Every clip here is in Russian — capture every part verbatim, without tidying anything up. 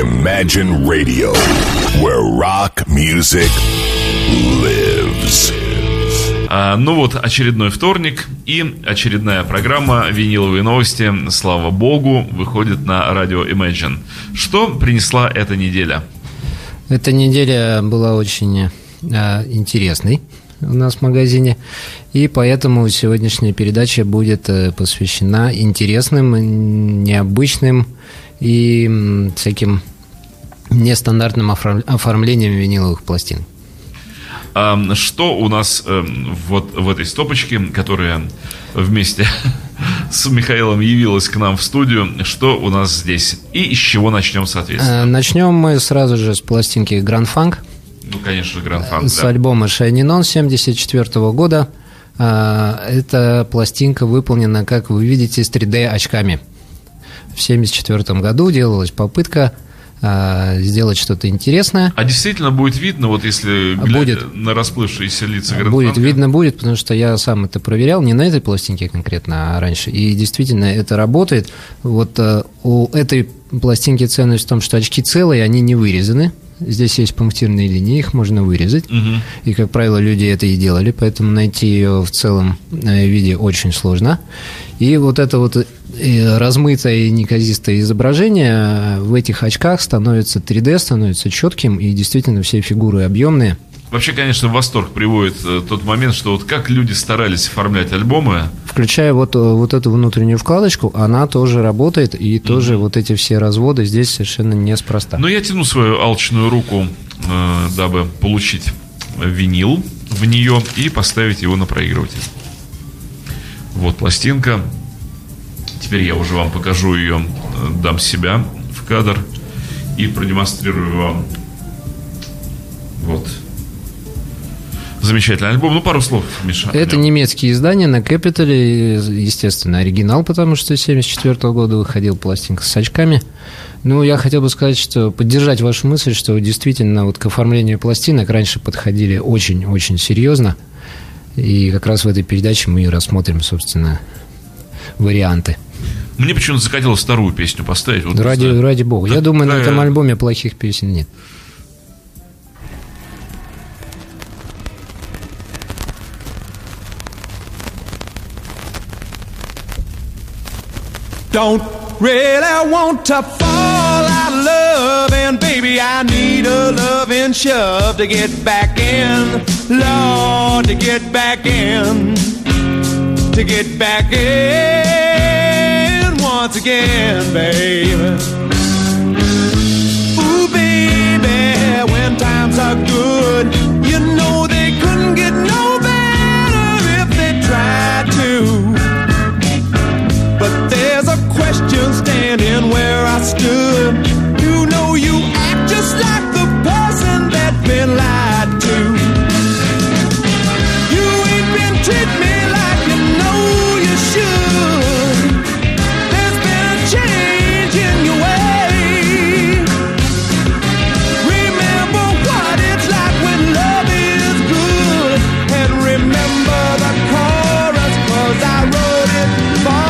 Imagine Radio, where rock music lives. А, ну вот, очередной вторник и очередная программа «Виниловые новости», слава богу, выходит на радио Imagine. Что принесла эта неделя? Эта неделя была очень а, интересной у нас в магазине, и поэтому сегодняшняя передача будет посвящена интересным, необычным и всяким нестандартным оформлением виниловых пластин. А что у нас э, вот в этой стопочке, которая вместе с Михаилом явилась к нам в студию, что у нас здесь? И с чего начнем, соответственно? Начнем мы сразу же с пластинки Grand Funk. Ну, конечно, Grand Funk, С да. альбома Shining On семьдесят четвёртого года. Эта пластинка выполнена, как вы видите, с три дэ очками. В семьдесят четвёртом году делалась попытка сделать что-то интересное. А действительно будет видно, вот если глядя будет, на расплывшиеся лица Grand Funk? Будет видно, будет, потому что я сам это проверял, не на этой пластинке конкретно, а раньше. И действительно это работает. Вот у этой пластинки ценность в том, что очки целые, они не вырезаны. Здесь есть пунктирные линии, их можно вырезать. Угу. И, как правило, люди это и делали, поэтому найти ее в целом виде очень сложно. И вот это вот размытое и неказистое изображение в этих очках становится три дэ, становится четким, и действительно все фигуры объемные. Вообще, конечно, в восторг приводит тот момент, что вот как люди старались оформлять альбомы. Включая вот, вот эту внутреннюю вкладочку, она тоже работает, и тоже mm-hmm. вот эти все разводы здесь совершенно неспроста. Но я тяну свою алчную руку, э, дабы получить винил в нее и поставить его на проигрыватель. Вот пластинка. Теперь я уже вам покажу ее, дам себя в кадр и продемонстрирую вам. Вот. Замечательный альбом. Ну, пару слов, Миша. Это немецкие издания на Capitol, естественно, оригинал, потому что с семьдесят четвёртого года выходил пластинка с очками. Ну, я хотел бы сказать, что поддержать вашу мысль, что действительно вот к оформлению пластинок раньше подходили очень-очень серьезно. И как раз в этой передаче мы и рассмотрим, собственно, варианты. Мне почему-то захотелось вторую песню поставить. Вот ради, ради бога. Да, я думаю, да, на этом альбоме плохих песен нет. Don't really want to fall out of love, and baby, I need a loving shove to get back in, Lord, to get back in, to get back in once again, baby. Ooh, baby, when times are good, you know they couldn't get no better if they tried to. But there's a question standing where I stood. You know you act just like the person that's been lied to. You ain't been treating me like you know you should. There's been a change in your way. Remember what it's like when love is good. And remember the chorus, 'cause I wrote it for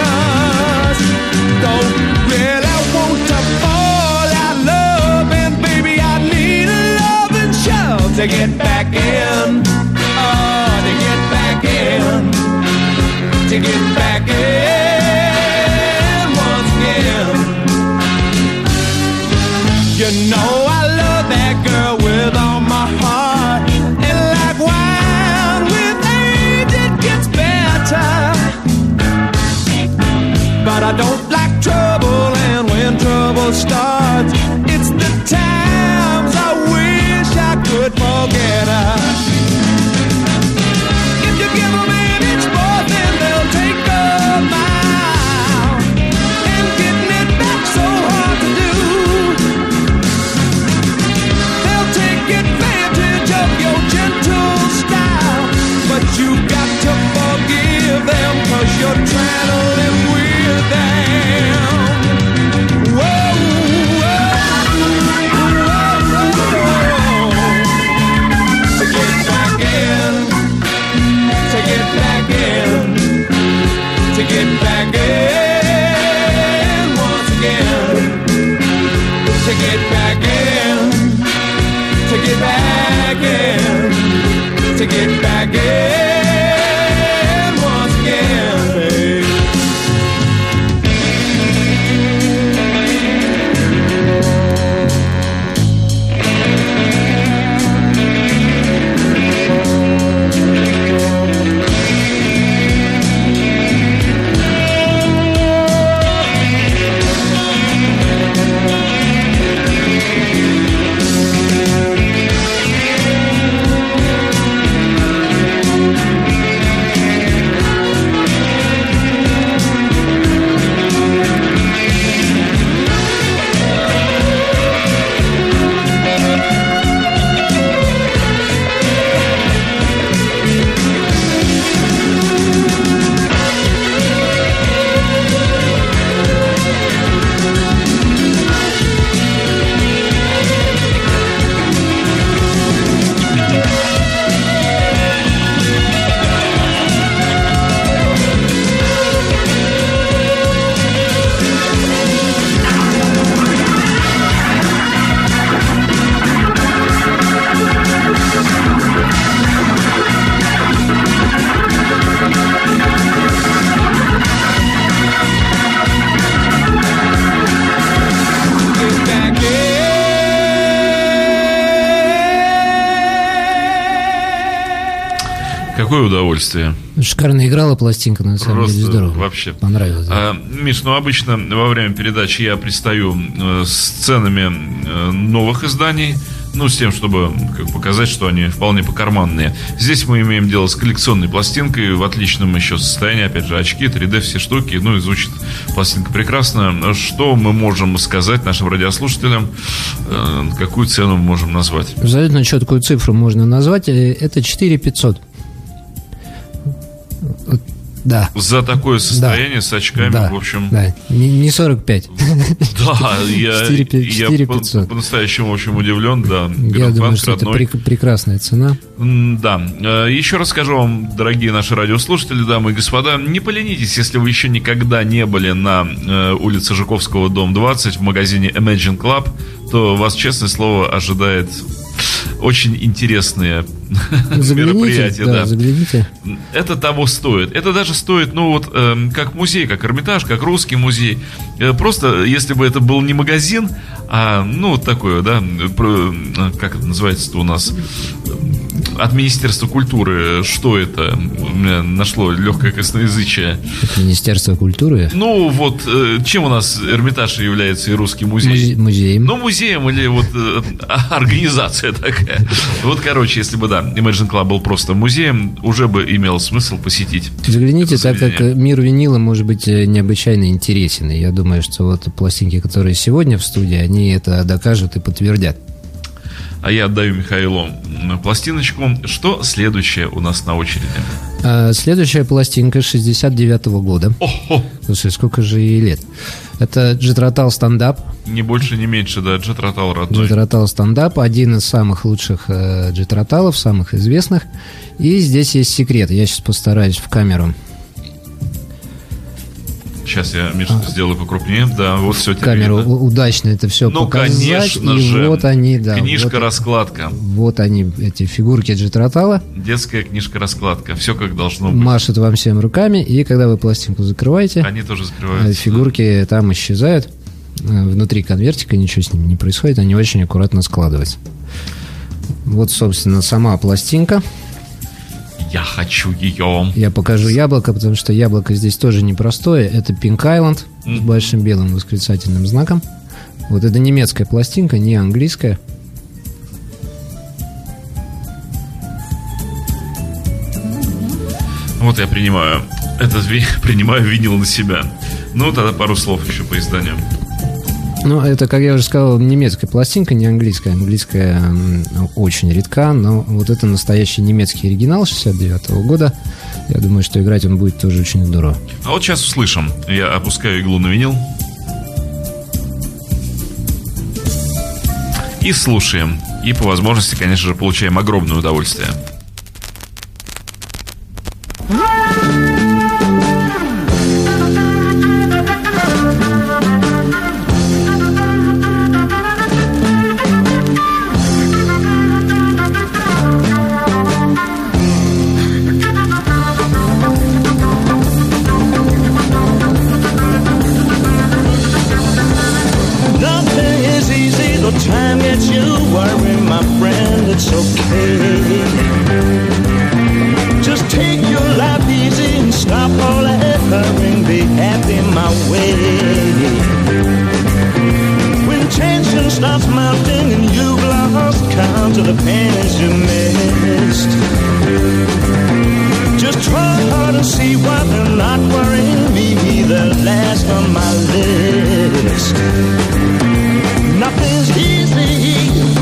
to get back in, oh, to get back in, to get back in once again. You know I love that girl with all my heart, and like wine with age it gets better. But I don't like trouble, and when trouble starts, it's the times I wish I could forget her. If you give them an inch more, then they'll take a mile, and getting it back so hard to do. to get back in, to get back in, to get back in once again, babe. Какое удовольствие. Шикарно играла пластинка, на самом Просто деле здорово. Вообще. Понравилось. Да. А, Миш, ну обычно во время передачи я пристаю э, с ценами э, новых изданий, ну, с тем, чтобы как, показать, что они вполне покарманные. Здесь мы имеем дело с коллекционной пластинкой в отличном еще состоянии. Опять же, очки, три дэ, все штуки. Ну, и звучит пластинка прекрасно. Что мы можем сказать нашим радиослушателям? Э, какую цену мы можем назвать? Абсолютно четкую цифру можно назвать. Это четыре тысячи пятьсот. Да. За такое состояние, да, с очками, да, в общем... Да, не, не сорок пять. Да, я, я по, по-настоящему, в общем, удивлен, да. Я думаю, что родной. Это прекрасная цена. Да. Еще раз скажу вам, дорогие наши радиослушатели, дамы и господа, не поленитесь, если вы еще никогда не были на улице Жуковского, дом двадцать, в магазине Imagine Club, то вас, честное слово, ожидает... очень интересные загляните, мероприятия. Да, да. Загляните. Это того стоит. Это даже стоит, ну вот, э, как музей, как Эрмитаж, как Русский музей. Э, просто, если бы это был не магазин, а, ну, вот такое, да, про, как это называется-то у нас, от Министерства культуры, что это? У меня нашло легкое косноязычие. От Министерства культуры? Ну, вот, э, чем у нас Эрмитаж является и Русский музей? Музе- музеем. Ну, музеем или вот э, организация такая. Вот, короче, если бы, да, Imagine Club был просто музеем, уже бы имел смысл посетить. Загляните, так как мир винила может быть необычайно интересен. И я думаю, что вот пластинки, которые сегодня в студии, они это докажут и подтвердят. А я отдаю Михаилу пластиночку. Что следующее у нас на очереди? А, следующая пластинка шестьдесят девятого года. Ого! Слушай, сколько же ей лет? Это Jet Rotal Stand-Up. Не больше, не меньше, да, Jet Rotal родной. Jet Rotal Stand-Up, один из самых лучших э, Jet Rotal'ов, самых известных. И здесь есть секрет. Я сейчас постараюсь в камеру. Сейчас я, Миша, а, сделаю покрупнее. Да, вот все. Камеру видно. Удачно это все ну, показать. Конечно и же. Вот они, да. Книжка-раскладка. Вот, вот они, эти фигурки Jet Rotal'а. Детская книжка-раскладка. Все как должно быть. Машут вам всем руками, и когда вы пластинку закрываете, они тоже закрываются. Фигурки да. там исчезают. Внутри конвертика ничего с ними не происходит. Они очень аккуратно складываются. Вот, собственно, сама пластинка. Я хочу ее. Я покажу яблоко, потому что яблоко здесь тоже непростое. Это Pink Island mm. с большим белым восклицательным знаком. Вот это немецкая пластинка, не английская. Вот я принимаю этот принимаю винил на себя. Ну, тогда пару слов еще по изданию. Ну, это, как я уже сказал, немецкая пластинка, не английская. Английская очень редка, но вот это настоящий немецкий оригинал шестьдесят девятого года. Я думаю, что играть он будет тоже очень здорово. А вот сейчас услышим. Я опускаю иглу на винил. И слушаем. И по возможности, конечно же, получаем огромное удовольствие. Nothing is easy, though time gets you worrying, my friend, it's okay. Just take your life easy and stop all that hurrying, be happy my way. When tension starts mounting and you've lost count of the pains you missed, just try hard and see why they're not worrying me. They're last on my list. Nothing's easy.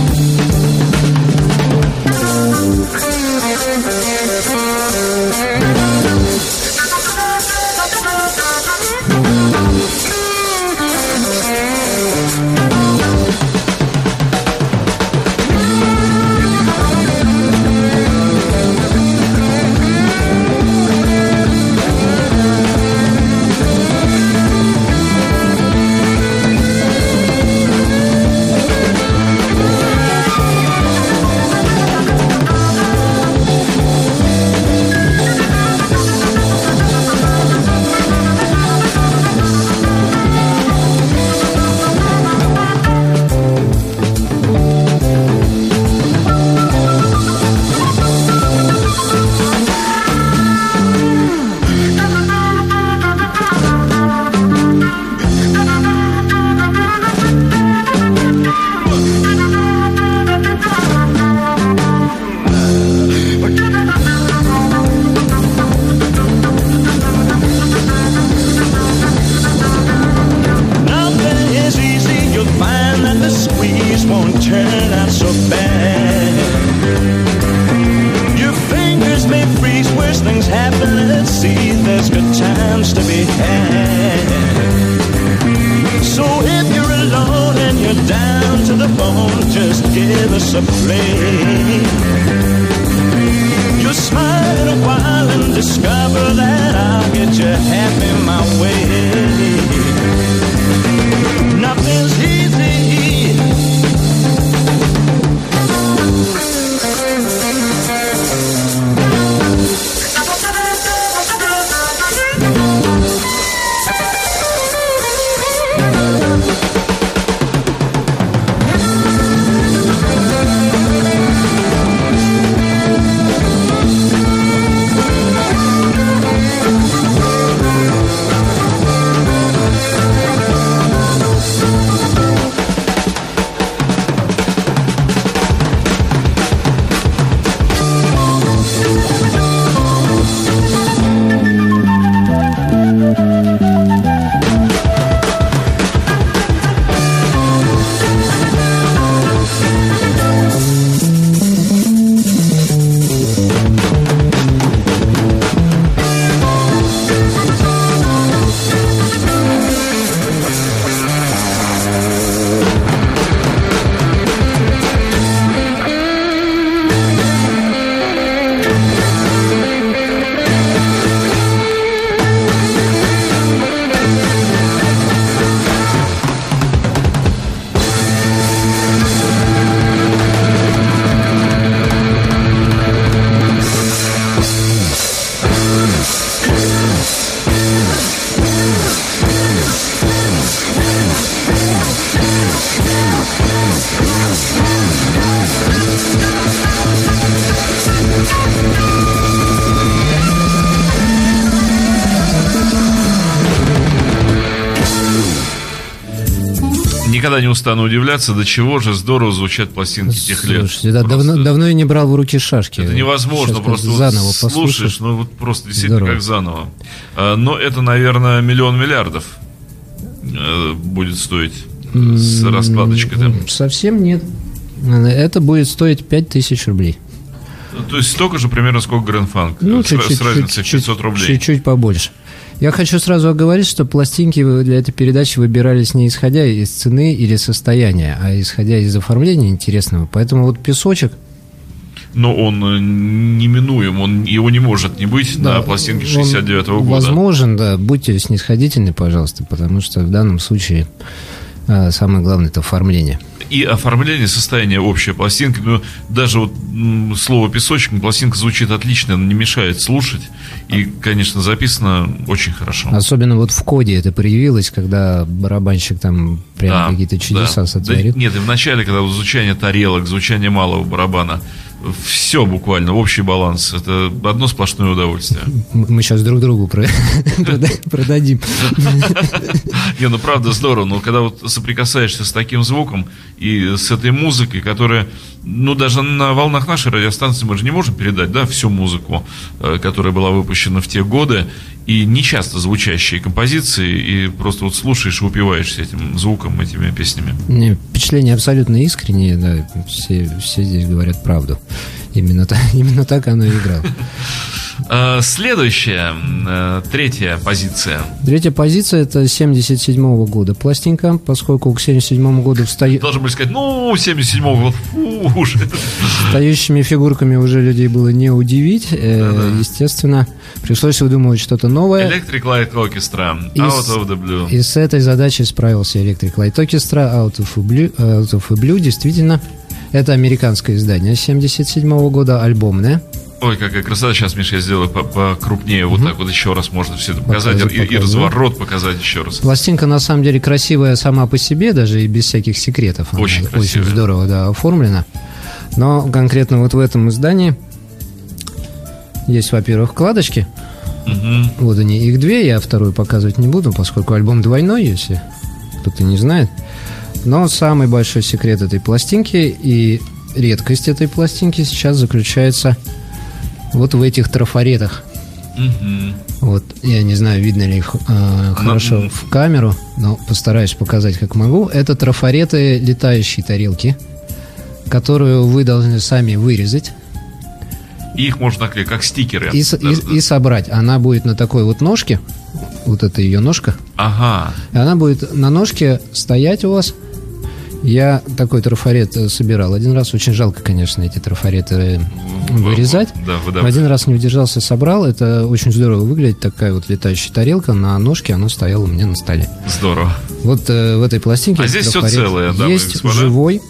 Никогда не устану удивляться, до чего же здорово звучат пластинки тех лет. Слушайте, да, давно, давно я не брал в руки шашки. Это невозможно, сейчас просто заново вот слушаешь, ну вот просто действительно здорово. Как заново. Но это, наверное, миллион миллиардов будет стоить с раскладочкой-то. Совсем нет. Это будет стоить пять тысяч рублей. То есть столько же примерно, сколько Grand Funk, ну, с, чуть-чуть, с разницей в пятьсот рублей. Чуть-чуть побольше. Я хочу сразу оговорить, что пластинки для этой передачи выбирались не исходя из цены или состояния, а исходя из оформления интересного. Поэтому вот «Песочек». Но он неминуем, он, его не может не быть да, на пластинке шестьдесят девятого года. Возможен, да. Будьте снисходительны, пожалуйста, потому что в данном случае А самое главное – это оформление. И оформление, состояние общей пластинки. Ну, даже вот м, слово «песочник», пластинка звучит отлично, она не мешает слушать. И, конечно, записано очень хорошо. Особенно вот в коде это проявилось, когда барабанщик там прям Да, какие-то чудеса да. сотворит. Да, нет, и в начале, когда вот звучание тарелок, звучание малого барабана, все буквально, общий баланс. Это одно сплошное удовольствие. Мы сейчас друг другу про- продадим. Не, ну правда здорово, но когда вот соприкасаешься с таким звуком и с этой музыкой, которая, ну даже на волнах нашей радиостанции мы же не можем передать, да, всю музыку, э, которая была выпущена в те годы, и не часто звучащие композиции, и просто вот слушаешь и упиваешься этим звуком, этими песнями. Не, впечатление абсолютно искреннее, да, все, все здесь говорят правду. Именно так, именно так оно и играло. Э, Следующая, э, третья позиция. Третья позиция – это семьдесят седьмого года пластинка, поскольку к семьдесят седьмому году встаю... Должен был сказать, ну, семьдесят седьмого года, фу, уж. Встающими фигурками уже людей было не удивить. Э, естественно, пришлось выдумывать что-то новое. Electric Light Orchestra, И Out с- of the Blue. И с этой задачей справился Electric Light Orchestra, Out of the Blue, Out of the Blue, действительно. Это американское издание семьдесят седьмого года, альбомное. Ой, какая красота. Сейчас, Миша, я сделаю по- покрупнее. Вот так вот еще раз можно все это показать. Показывай, И, и показывай. разворот показать еще раз. Пластинка на самом деле красивая сама по себе, даже и без всяких секретов. Она Очень красивая. Очень здорово, да, оформлена. Но конкретно вот в этом издании есть, во-первых, вкладочки. Мгм. Вот они, их две, я вторую показывать не буду, поскольку альбом двойной, если кто-то не знает. Но самый большой секрет этой пластинки и редкость этой пластинки сейчас заключается вот в этих трафаретах. Мгм. Вот, я не знаю, видно ли их э, хорошо Ну, в камеру, но постараюсь показать, как могу. Это трафареты летающей тарелки, которую вы должны сами вырезать И их можно наклеить, как стикеры. и, с- Да, и- да. и собрать. Она будет на такой вот ножке, вот это ее ножка, Ага. и она будет на ножке стоять у вас. Я такой трафарет э, собирал один раз. Очень жалко, конечно, эти трафареты э, вырезать. Да, выдавать. Один раз не удержался, собрал. Это очень здорово выглядит. Такая вот летающая тарелка на ножке, она стояла у меня на столе. Здорово. Вот э, в этой пластинке А здесь всё трафарет целое, дамы и есть, господа. живой.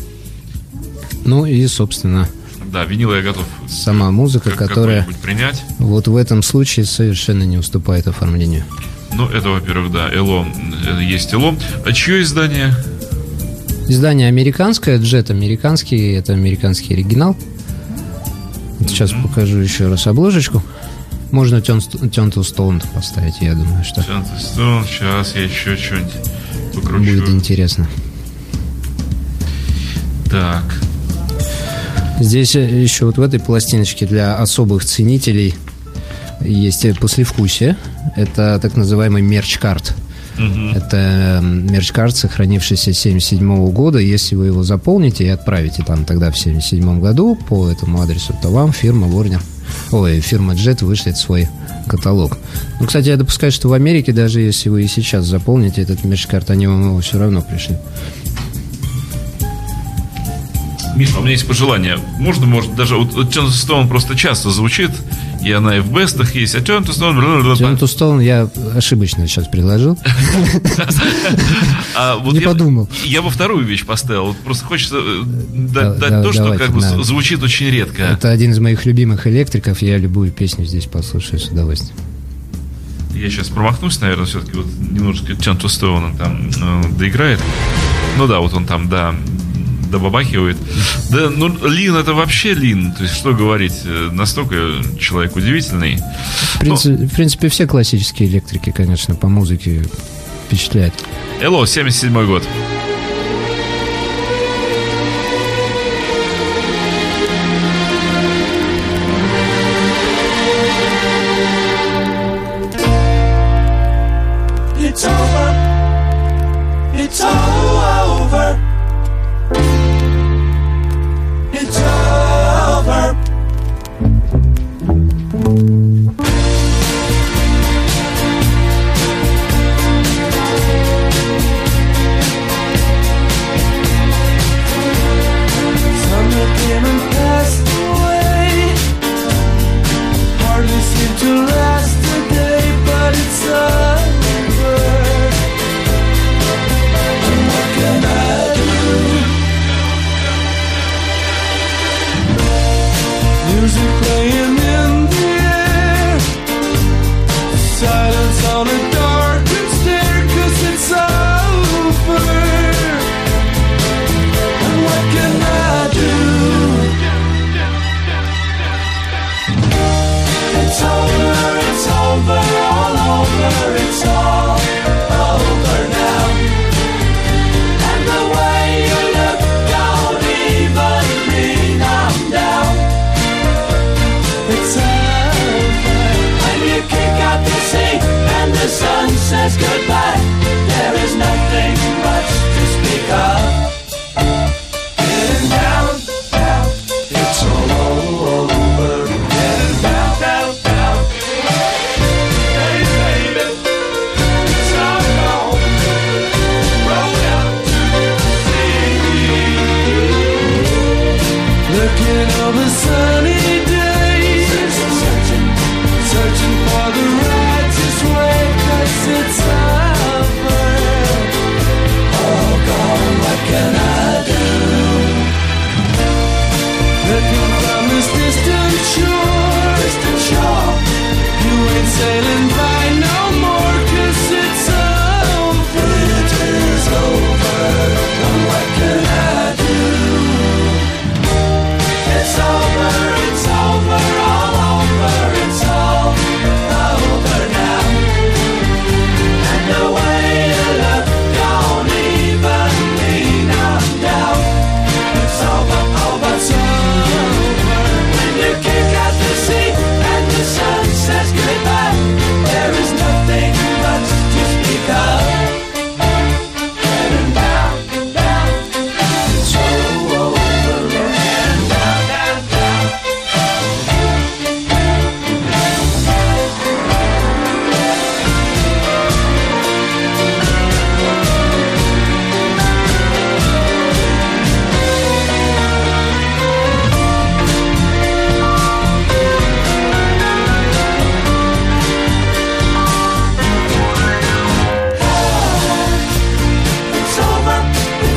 Ну и, собственно, Да, винил я готов. сама музыка, как- которая какой-нибудь принять. вот в этом случае совершенно не уступает оформлению. Ну, это, во-первых, да, Эло, э, есть Эло. А чье издание? Издание американское, джет американский, это американский оригинал. Вот сейчас покажу еще раз обложечку. Можно Turn to Stone поставить, я думаю, что Сейчас я еще что-нибудь покручу. будет интересно. Так. Здесь еще вот в этой пластиночке для особых ценителей есть послевкусие. Это так называемый мерч-карт. Это мерч-карт, сохранившийся с семьдесят седьмого года. Если вы его заполните и отправите там тогда в семьдесят седьмом году по этому адресу, то вам фирма Warner, ой, фирма Jet вышлет свой каталог. Ну, кстати, я допускаю, что в Америке, даже если вы и сейчас заполните этот мерч-карт, они вам его все равно пришлют. Миша, у меня есть пожелание. Можно, может, даже вот Turn to Stone просто часто звучит, и она и в бестах есть, а Turn to Stone... Turn to Stone я ошибочно сейчас предложил. А вот Не я- подумал. Я бы вторую вещь поставил. Вот просто хочется э, Да, дать, дать да, то, что давайте, как бы да. звучит очень редко. Это один из моих любимых электриков. Я любую песню здесь послушаю с удовольствием. Я сейчас промахнусь, наверное, все-таки вот немножечко Turn to Stone там э, доиграет. Ну да, вот он там, да, добабахивает. Да, ну, Лин это вообще Лин. То есть, что говорить, э, настолько человек удивительный. В принципе, в принципе, все классические электрики, конечно, по музыке впечатляют. Эло, семьдесят седьмой год. It's over. It's all over. It's over. Summer came and passed away. Hardly seemed to last a day, but it's over.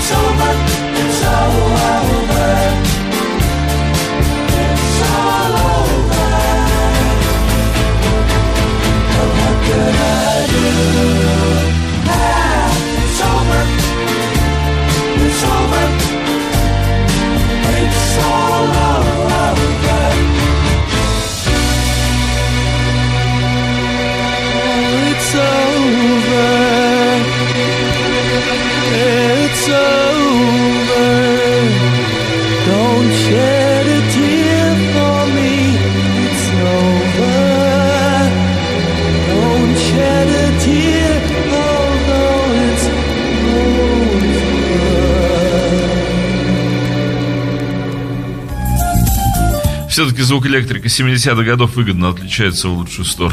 Все-таки звук электрика семидесятых годов выгодно отличается в лучшую сторону.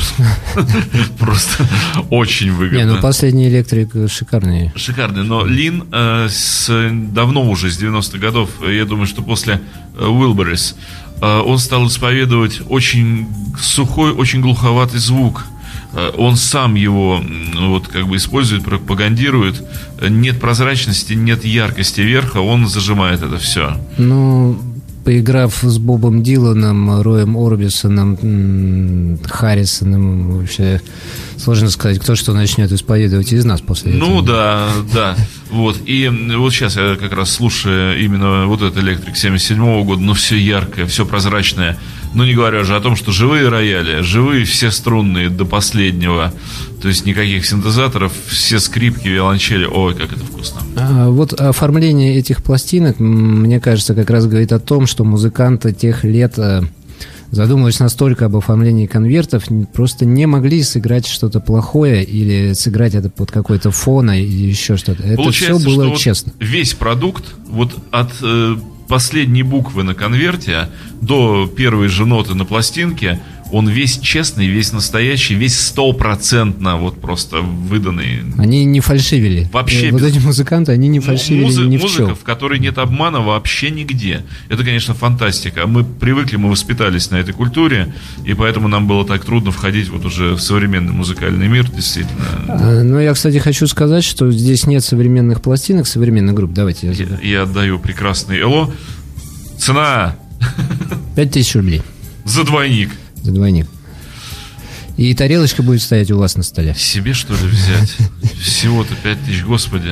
Просто очень выгодно. Не, ну последний электрик шикарный. Шикарный, но Лин э, с, давно уже, с девяностых годов, я думаю, что после Уилберис, э, он стал исповедовать очень сухой, очень глуховатый звук. Э, он сам его вот, как бы использует, пропагандирует. Нет прозрачности, нет яркости верха, он зажимает это все. Ну... Поиграв с Бобом Диланом, Роем Орбисоном, Харрисоном, вообще сложно сказать, кто что начнет исповедовать из нас после этого. Ну да, да. Вот. И вот сейчас я как раз слушаю именно вот этот электрик семьдесят седьмого года, ну все яркое, все прозрачное. Ну не говоря уже о том, что живые рояли, живые все струнные до последнего. То есть никаких синтезаторов, все скрипки, виолончели. Ой, как это вкусно. А вот оформление этих пластинок, мне кажется, как раз говорит о том, что музыканты тех лет, задумываясь настолько об оформлении конвертов, просто не могли сыграть что-то плохое или сыграть это под какой-то фон или еще что-то. Это Получается, все было что честно. Вот весь продукт, вот от э, последней буквы на конверте до первой же ноты на пластинке, он весь честный, весь настоящий, весь стопроцентно вот просто выданный. Они не фальшивили. Вообще вот без... эти музыканты, они не фальшивили Музы... ни в Музыка, чем. в которой нет обмана вообще нигде. Это, конечно, фантастика. Мы привыкли, мы воспитались на этой культуре, и поэтому нам было так трудно входить вот уже в современный музыкальный мир, действительно. А, ну, я, кстати, хочу сказать, что здесь нет современных пластинок, современных групп. Давайте я Я, я отдаю прекрасный эло. Цена пять тысяч рублей. за двойник. За двойник. И тарелочка будет стоять у вас на столе. Себе, что ли, взять? Всего-то пять тысяч, господи.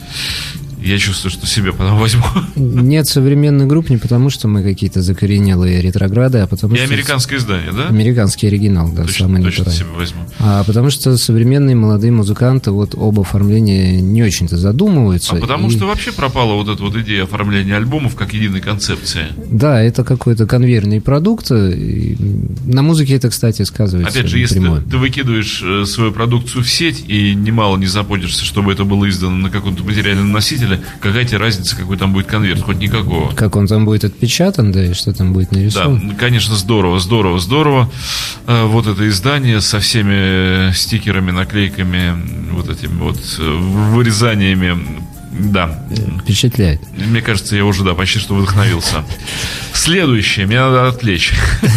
Я чувствую, что себе потом возьму. Нет современных групп не потому, что мы какие-то закоренелые ретрограды, а потому И что... американское издание, да? Американский оригинал, да, Точно, самый точно натуральный. себе возьму. А потому что современные молодые музыканты вот об оформлении не очень-то задумываются. А потому и... что вообще пропала вот эта вот идея оформления альбомов как единой концепции. Да, это какой-то конвейерный продукт. И на музыке это, кстати, сказывается. Опять же, если напрямую. ты выкидываешь э, свою продукцию в сеть и немало не заботишься, чтобы это было издано на каком-то материальном носителе, какая тебе разница, какой там будет конверт? Хоть никакого. Как он там будет отпечатан, да, и что там будет нарисовано. Да, конечно, здорово, здорово, здорово. Э, Вот это издание со всеми стикерами, наклейками, вот этими вот э, вырезаниями. Да. Впечатляет. Мне кажется, я уже, да, почти что вдохновился. Следующее, мне надо отвлечь.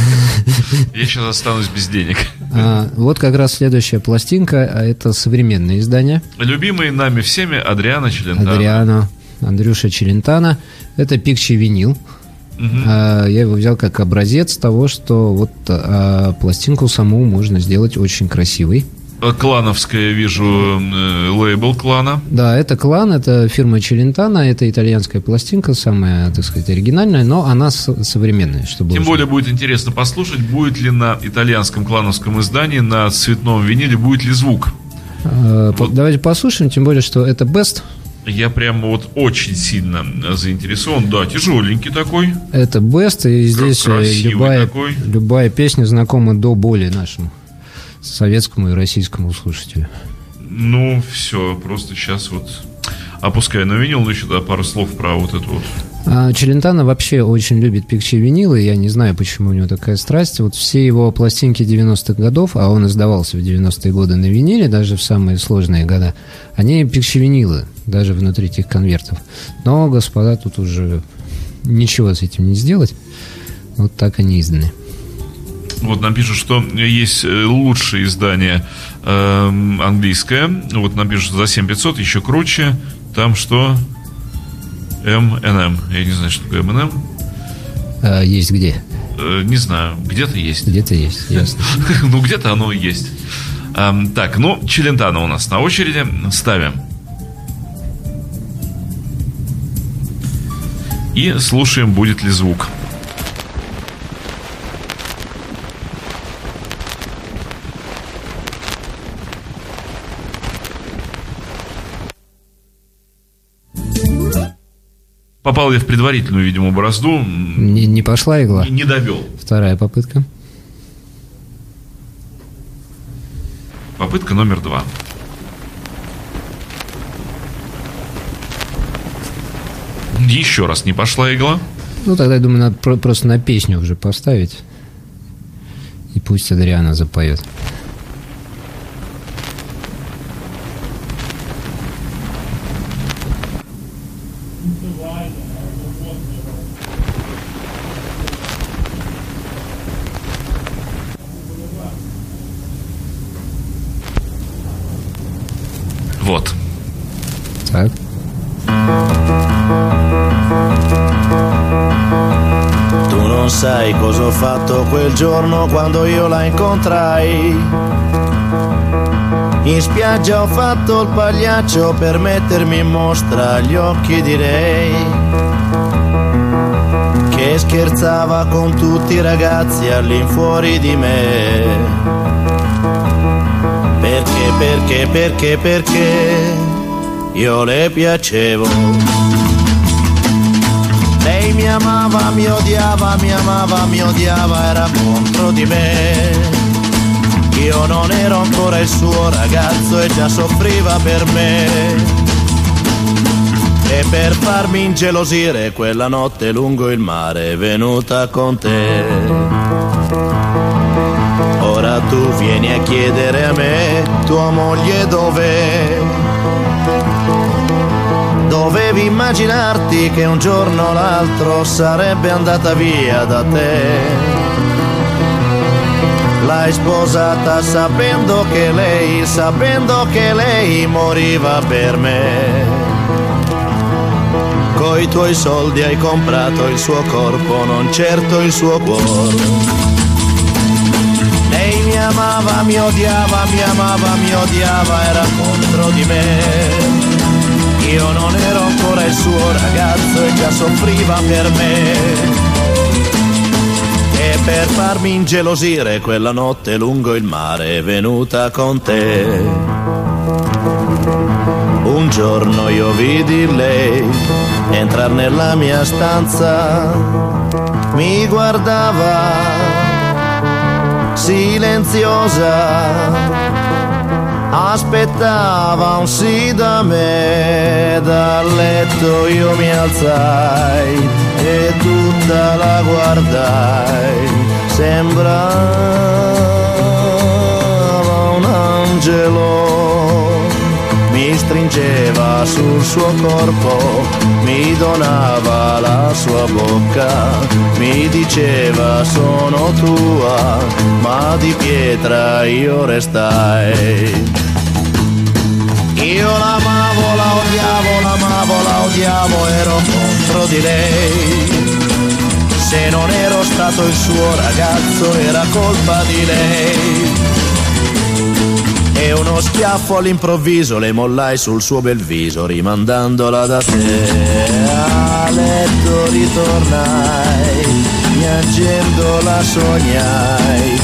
Я сейчас останусь без денег. А, вот как раз следующая пластинка, а это современное издание. Любимый нами всеми Адриано Челентано. Адриано, Андрюша Челентано. Это Пикчи винил. Угу. А, я его взял как образец того, что вот а, пластинку саму можно сделать очень красивой. Клановская, вижу, э, лейбл Клана. Да, это Клан, это фирма Челентано, это итальянская пластинка, самая, так сказать, оригинальная, но она с- современная. Чтобы Тем уже... более будет интересно послушать, будет ли на итальянском клановском издании, на цветном виниле, будет ли звук. А, Вот. Давайте послушаем, тем более, что это Best. Я прямо вот очень сильно заинтересован. Да, тяжеленький такой. Это Best, и здесь красивый любая, такой. любая песня знакома до боли нашему советскому и российскому слушателю. Ну, все, просто сейчас вот опускаю на винил, но еще да, пару слов про вот эту вот. А Челентано вообще очень любит Пикчи винилы, я не знаю, почему у него такая страсть. Вот все его пластинки девяностых годов, а он издавался в девяностые годы на виниле, даже в самые сложные года, они Пикчи винилы, даже внутри этих конвертов. Но, господа, тут уже ничего с этим не сделать. Вот так они изданы. Вот нам пишут, что есть лучшее издание э, английское. Вот нам пишут за семь тысяч пятьсот, еще круче. Там что? эм энд эм. Я не знаю, что такое эм энд эм. А, есть где? Э, не знаю, где-то есть. Где-то есть, ясно. Ну, где-то оно и есть. Эм, так, ну, Челентано у нас на очереди. Ставим. И слушаем, будет ли звук. Попал я в предварительную, видимо, борозду. Не, не пошла игла? Не, не довел. Вторая попытка. Попытка номер два. Еще раз не пошла игла. Ну, тогда, я думаю, надо про- просто на песню уже поставить. И пусть Адриана запоет. Вот. Так. Tu non sai cosa ho fatto quel giorno quando io la incontrai. In spiaggia ho fatto il pagliaccio per mettermi in mostra agli occhi di lei, che scherzava con tutti i ragazzi all'infuori di me. Perché, perché, perché, perché io le piacevo. Lei mi amava, mi odiava, mi amava, mi odiava, era contro di me. Io non ero ancora il suo ragazzo e già soffriva per me. E per farmi ingelosire quella notte lungo il mare è venuta con te. Ora tu vieni a chiedere a me, tua moglie dov'è? Dovevi immaginarti che un giorno o l'altro sarebbe andata via da te. L'hai sposata sapendo che lei, sapendo che lei moriva per me. Coi tuoi soldi hai comprato il suo corpo, non certo il suo cuore. Lei mi amava, mi odiava, mi amava, mi odiava, era contro di me. Io non ero ancora il suo ragazzo e già soffriva per me. E per farmi ingelosire quella notte lungo il mare è venuta con te. Un giorno io vidi lei entrar nella mia stanza, mi guardava silenziosa, aspettava un sì da me. Dal letto io mi alzai e tutta la guardai, sembrava un angelo. Mi stringeva sul suo corpo, mi donava la sua bocca, mi diceva sono tua, ma di pietra io restai. Io l'amavo, la odiavo, l'amavo, la odiavo, ero contro di lei. Se non ero stato il suo ragazzo era colpa di lei. E uno schiaffo all'improvviso le mollai sul suo bel viso, rimandandola da te. A letto ritornai, piangendo la sognai,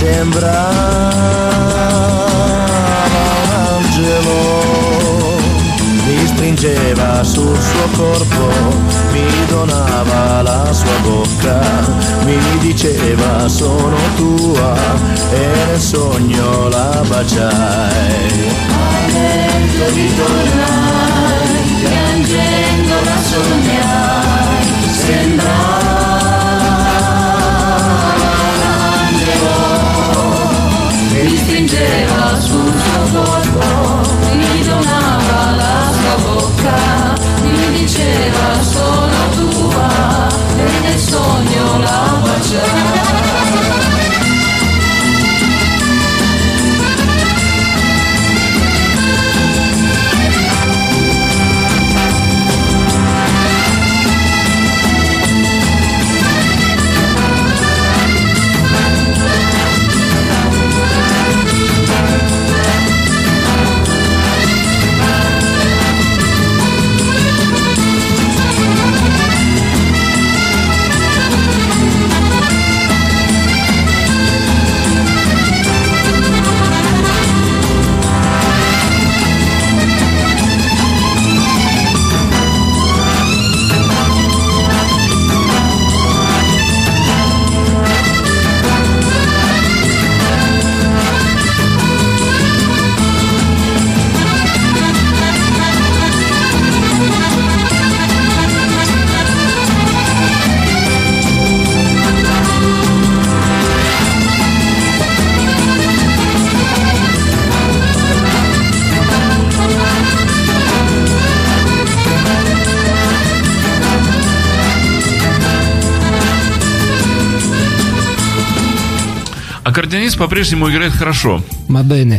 sembrava un angelo. Mi stringeva sul suo corpo, mi donava la sua bocca, mi diceva sono tua e nel sogno la baciai. A letto ritornai, piangendo la sognai, sembrava un angelo. Mi stringeva sul suo corpo, mi donava la sua bocca, mi diceva sono tua e nel sogno la baciai. Аккордеонист по-прежнему играет хорошо. Мабене.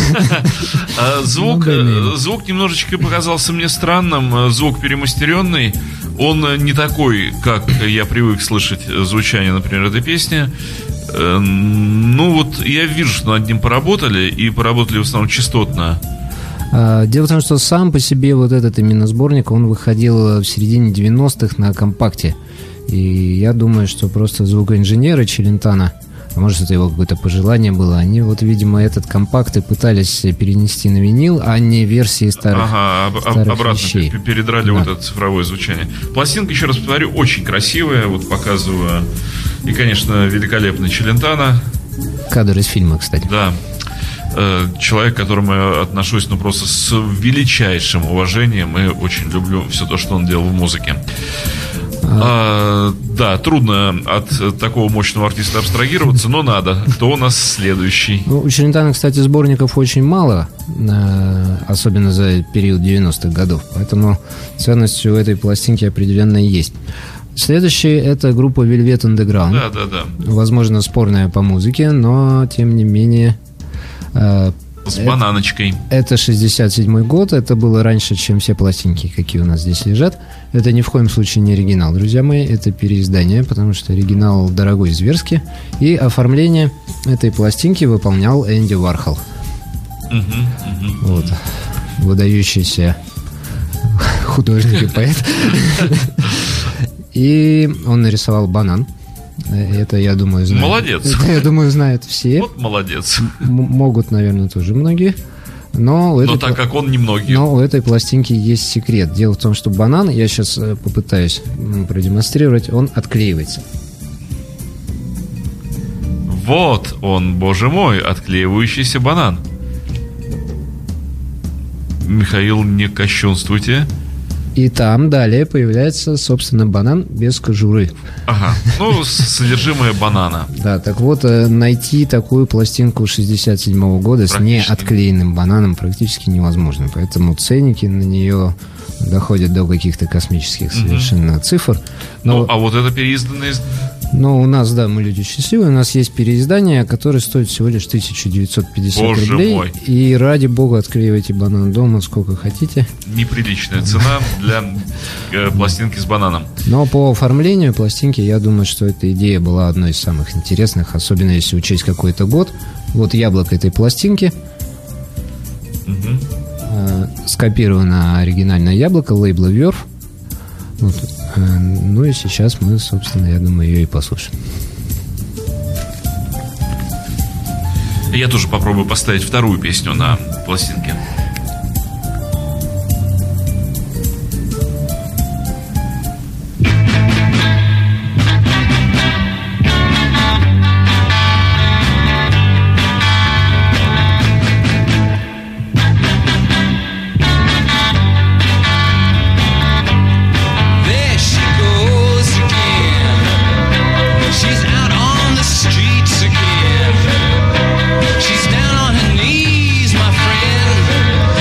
Звук, звук немножечко показался мне странным. Звук перемастеренный. Он не такой, как я привык слышать звучание, например, этой песни. Ну вот я вижу, что над ним поработали. И поработали в основном частотно. Дело в том, что сам по себе вот этот именно сборник, он выходил в середине девяностых на компакте. И я думаю, что просто звукоинженеры Челентано, а может, это его какое-то пожелание было, они вот, видимо, этот компакт и пытались перенести на винил, а не версии старых, ага, старых обратно вещей. Передрали Да. вот это цифровое звучание. Пластинка, еще раз повторю, очень красивая. Вот показываю. И, конечно, великолепный Челентано. Кадр из фильма, кстати. Да. Человек, к которому я отношусь, ну, просто с величайшим уважением и очень люблю все то, что он делал в музыке. А, да, трудно от такого мощного артиста абстрагироваться, но надо. Кто у нас следующий? Ну, у Челентано, кстати, сборников очень мало, особенно за период девяностых годов, поэтому ценность у этой пластинки определенно есть. Следующий — это группа Velvet Underground. Да, да, да. Возможно, спорная по музыке, но, тем не менее... С бананочкой. Это шестьдесят седьмой год, это было раньше, чем все пластинки, какие у нас здесь лежат. Это ни в коем случае не оригинал, друзья мои, это переиздание, потому что оригинал дорогой зверски. И оформление этой пластинки выполнял Энди Вархол. Угу, угу. Вот. Выдающийся художник и поэт. И он нарисовал банан. Это, я думаю, знают. Молодец. Это, я думаю, знают все. Вот молодец. М- могут, наверное, тоже многие. Но, у Но этой, так как он немногие. но у этой пластинки есть секрет. Дело в том, что банан, я сейчас попытаюсь продемонстрировать, он отклеивается. Вот он, боже мой, отклеивающийся банан. Михаил, не кощунствуйте. И там далее появляется, собственно, банан без кожуры. Ага, ну, содержимое банана. Да, так вот, найти такую пластинку шестьдесят седьмого года с не отклеенным бананом практически невозможно. Поэтому ценники на нее доходят до каких-то космических совершенно угу. цифр. Но, ну, а вот это переизданное... Но у нас, да, мы люди счастливые, у нас есть переиздание, которое стоит всего лишь тысяча девятьсот пятьдесят Боже рублей. Мой. И ради бога отклеивайте банан дома сколько хотите. Неприличная цена для э, пластинки с бананом. Но по оформлению пластинки, я думаю, что эта идея была одной из самых интересных, особенно если учесть какой-то год. Вот яблоко этой пластинки. Угу. Э, скопировано оригинальное яблоко лейбла Verve. Вот. Ну и сейчас мы, собственно, я думаю, ее и послушаем. Я тоже попробую поставить вторую песню на пластинке. She's down on her knees, my friend.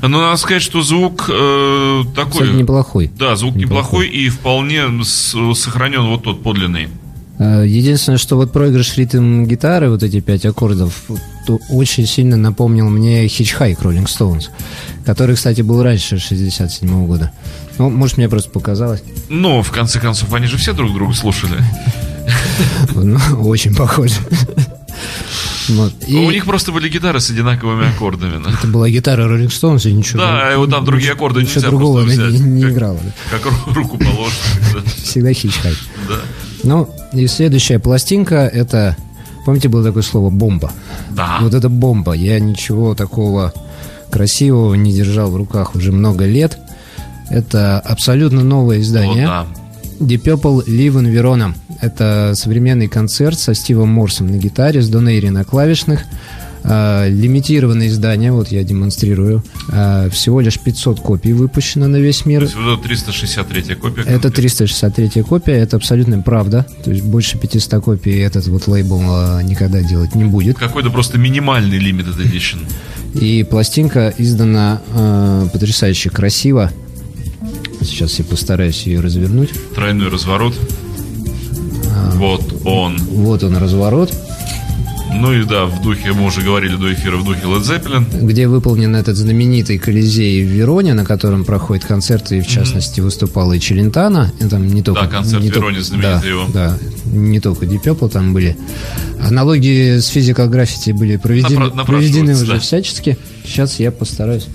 Но надо сказать, что звук э, такой... Кстати, неплохой. Да, звук неплохой, неплохой и вполне с, сохранен вот тот подлинный. Единственное, что вот проигрыш ритм гитары, вот эти пять аккордов, очень сильно напомнил мне Hitchhike Rolling Stones, который, кстати, был раньше шестьдесят седьмого года. Ну, может, мне просто показалось. Ну, в конце концов, они же все друг друга слушали. Очень похоже. Вот. И... У них просто были гитары с одинаковыми аккордами. Да? Это была гитара Rolling Stones и ничего. Да, и вот там другие аккорды ничего нельзя другого просто взять. Не, не как, играла. Да? Как руку положишь. Всегда Hitchhike. Да. Ну, и следующая пластинка, это, помните, было такое слово «бомба»? Да. Вот это бомба. Я ничего такого красивого не держал в руках уже много лет. Это абсолютно новое издание. О, да. Deep Purple Live in Verona. Это современный концерт со Стивом Морсом на гитаре, с Дон Эйри на клавишных. А, лимитированное издание, вот я демонстрирую. А, всего лишь пятьсот копий выпущено на весь мир. То есть вот триста шестьдесят третья копия. Это триста шестьдесят третья копия, это абсолютная правда. То есть больше пятьсот копий этот вот лейбл а, никогда делать не будет. Какой-то просто минимальный limited edition. И пластинка издана а, потрясающе красиво. Сейчас я постараюсь ее развернуть. Тройной разворот. А, вот он. Вот он, разворот. Ну и да, в духе, мы уже говорили до эфира, в духе Led Zeppelin. Где выполнен этот знаменитый Колизей в Вероне, на котором проходят концерты, и в частности mm-hmm. выступала и Челентано. И там не только, да, концерт не в Вероне, знаменитый да, его. Да, не только Deep Purple там были. Аналогии с Physical Graffiti были проведены, Напра- проведены уже да. всячески. Сейчас я постараюсь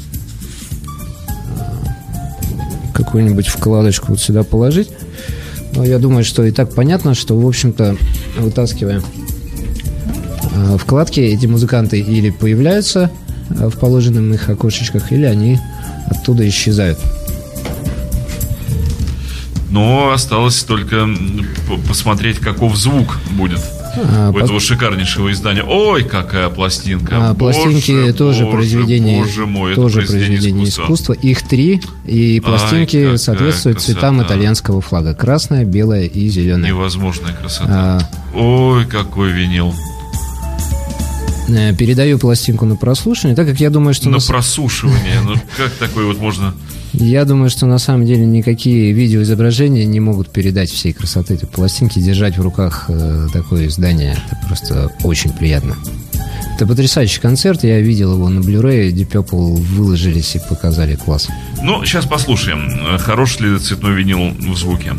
какую-нибудь вкладочку вот сюда положить. Но я думаю, что и так понятно, что, в общем-то, вытаскиваем вкладки, эти музыканты или появляются в положенных их окошечках, или они оттуда исчезают. Но осталось только посмотреть, каков звук будет а, у этого под... шикарнейшего издания. Ой, какая пластинка! А, пластинки боже, тоже боже, произведение, боже мой, тоже произведение, произведение искусства. искусства. Их три, и пластинки Ай, соответствуют красота. Цветам итальянского флага: красная, белая и зеленая. Невозможная красота. А... Ой, какой винил! Передаю пластинку на прослушивание, так как я думаю, что... На на... прослушивание? Ну, как такое вот можно... Я думаю, что на самом деле никакие видеоизображения не могут передать всей красоты этой пластинки. Держать в руках э, такое издание, это просто очень приятно. Это потрясающий концерт, я видел его на Blu-ray, Deep Purple выложились и показали класс. Ну, сейчас послушаем, хорош ли цветной винил в звуке.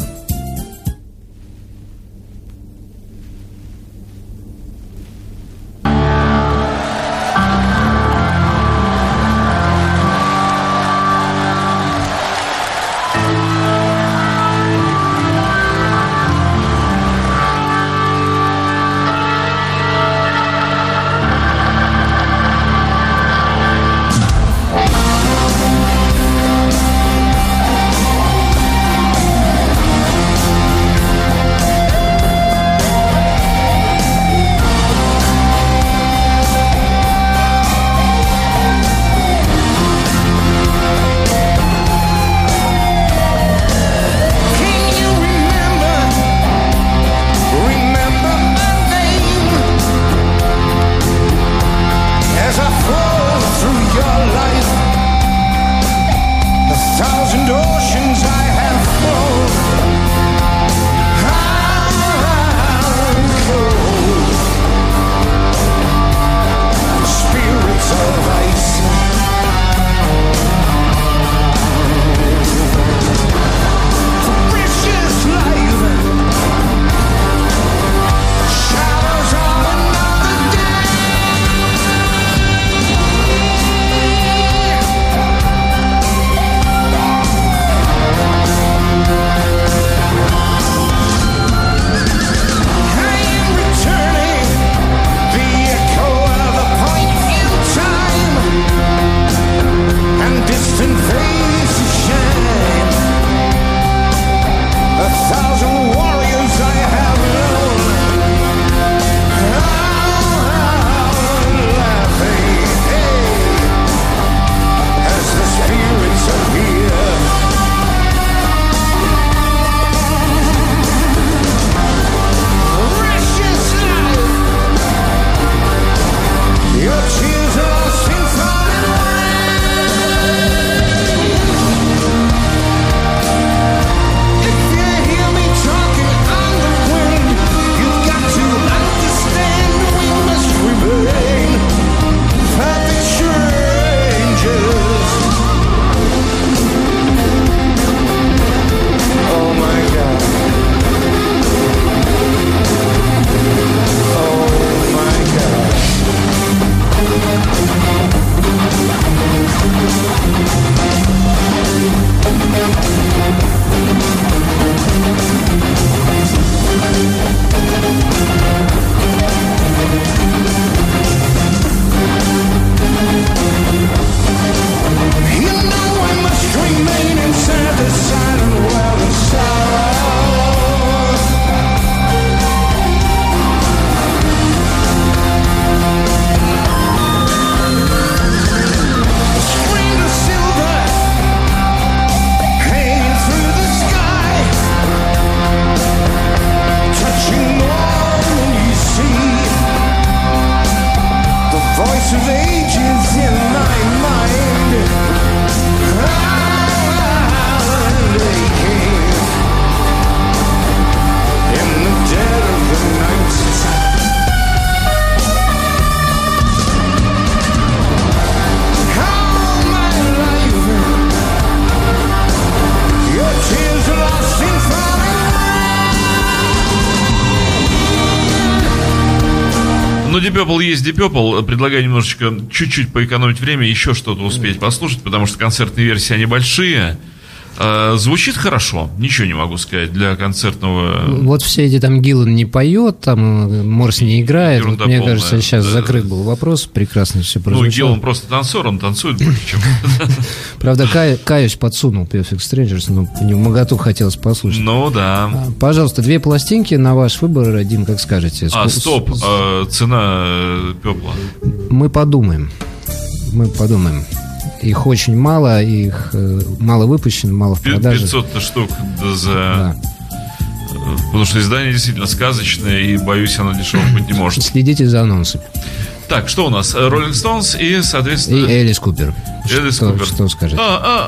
Ну, Deep Purple есть Deep Purple. Предлагаю немножечко, чуть-чуть поэкономить время, еще что-то успеть послушать, потому что концертные версии, они большие. Звучит хорошо, ничего не могу сказать для концертного. Вот все эти там Гиллан не поет, там Морс не играет. Вот, мне полная. Кажется, сейчас да, закрыт был вопрос, прекрасно все прозвучало. Ну, Гиллан просто танцор, он танцует больше, чем. Правда, каюсь, подсунул Perfect Strangers, но в моготу хотелось послушать. Ну, да. Пожалуйста, две пластинки на ваш выбор, Дим, как скажете. А, стоп, цена Пепла. Мы подумаем, мы подумаем. Их очень мало, их э, мало выпущено, мало в продаже. пятьсот штук за... Да. Потому что издание действительно сказочное, и, боюсь, оно дешевым быть не может. Следите за анонсами. Так, что у нас? Rolling Stones и, соответственно... И Элис Купер. Элис что, Купер. Что скажете?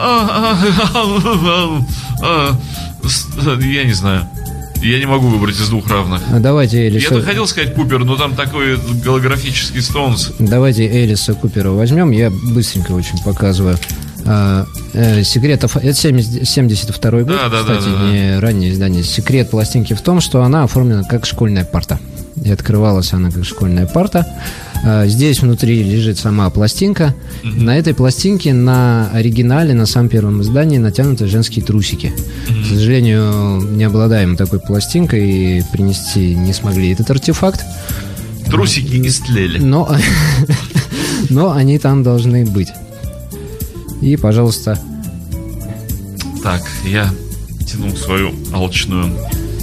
Я не знаю. Я не могу выбрать из двух равных. А давайте Элиса... Я хотел сказать Купер, но там такой голографический Стоунс. Давайте Элиса Купера возьмем. Я быстренько очень показываю. А, э, секретов... Это семьдесят второй год, да, кстати, да, да, не да. раннее издание. Секрет пластинки в том, что она оформлена как школьная парта. И открывалась она как школьная парта. А, здесь внутри лежит сама пластинка. Mm-hmm. На этой пластинке, на оригинале, на самом первом издании натянуты женские трусики. Mm-hmm. К сожалению, не обладаем такой пластинкой и принести не смогли этот артефакт. Трусики истлели. Но, но они там должны быть. И, пожалуйста. Так, я тянул свою алчную.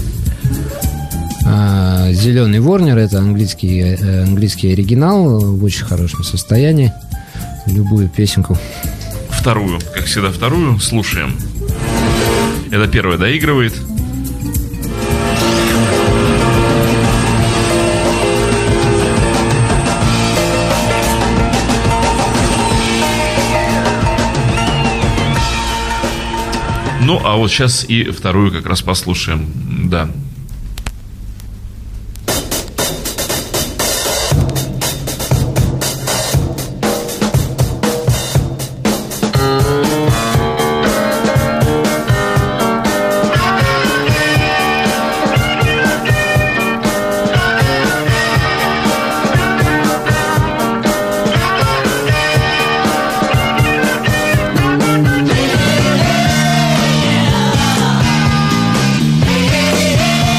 Зеленый Ворнер — это английский, английский оригинал в очень хорошем состоянии. Любую песенку. Вторую, как всегда, вторую слушаем. Это первая доигрывает. Ну, а вот сейчас и вторую как раз послушаем. Да. Yeah.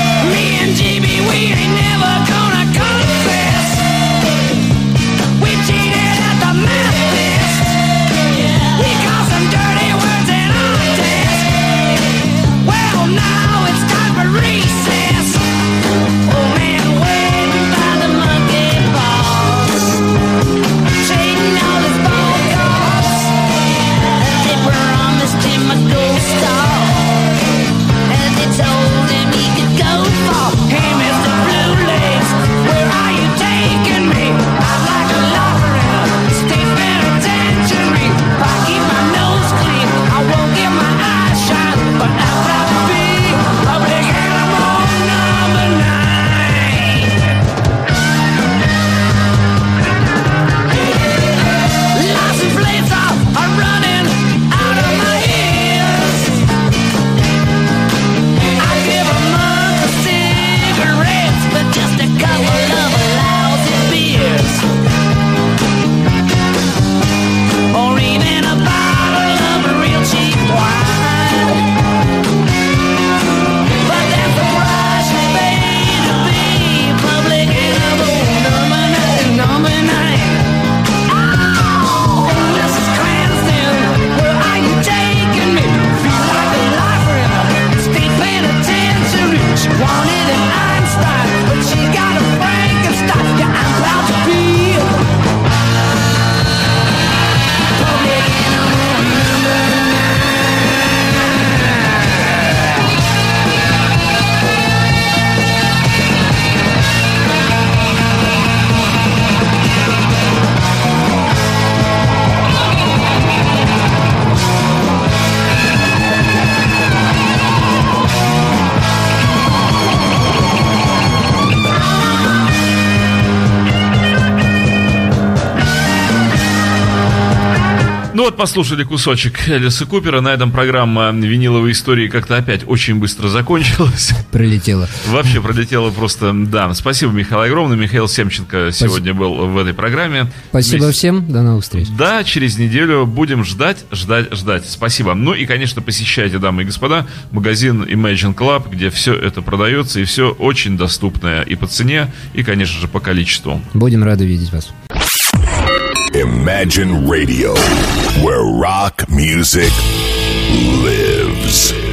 Ну вот, послушали кусочек Элиса Купера. На этом программа виниловой истории как-то опять очень быстро закончилась. Пролетело. Вообще пролетело просто, да. Спасибо, Михаил, огромное. Михаил Семченко сегодня был в этой программе. Спасибо Вместе... всем, до новых встреч. Да, через неделю будем ждать, ждать, ждать. Спасибо. Ну и, конечно, посещайте, дамы и господа, магазин Imagine Club, где все это продается, и все очень доступное и по цене, и, конечно же, по количеству. Будем рады видеть вас. Imagine Radio, where rock music lives.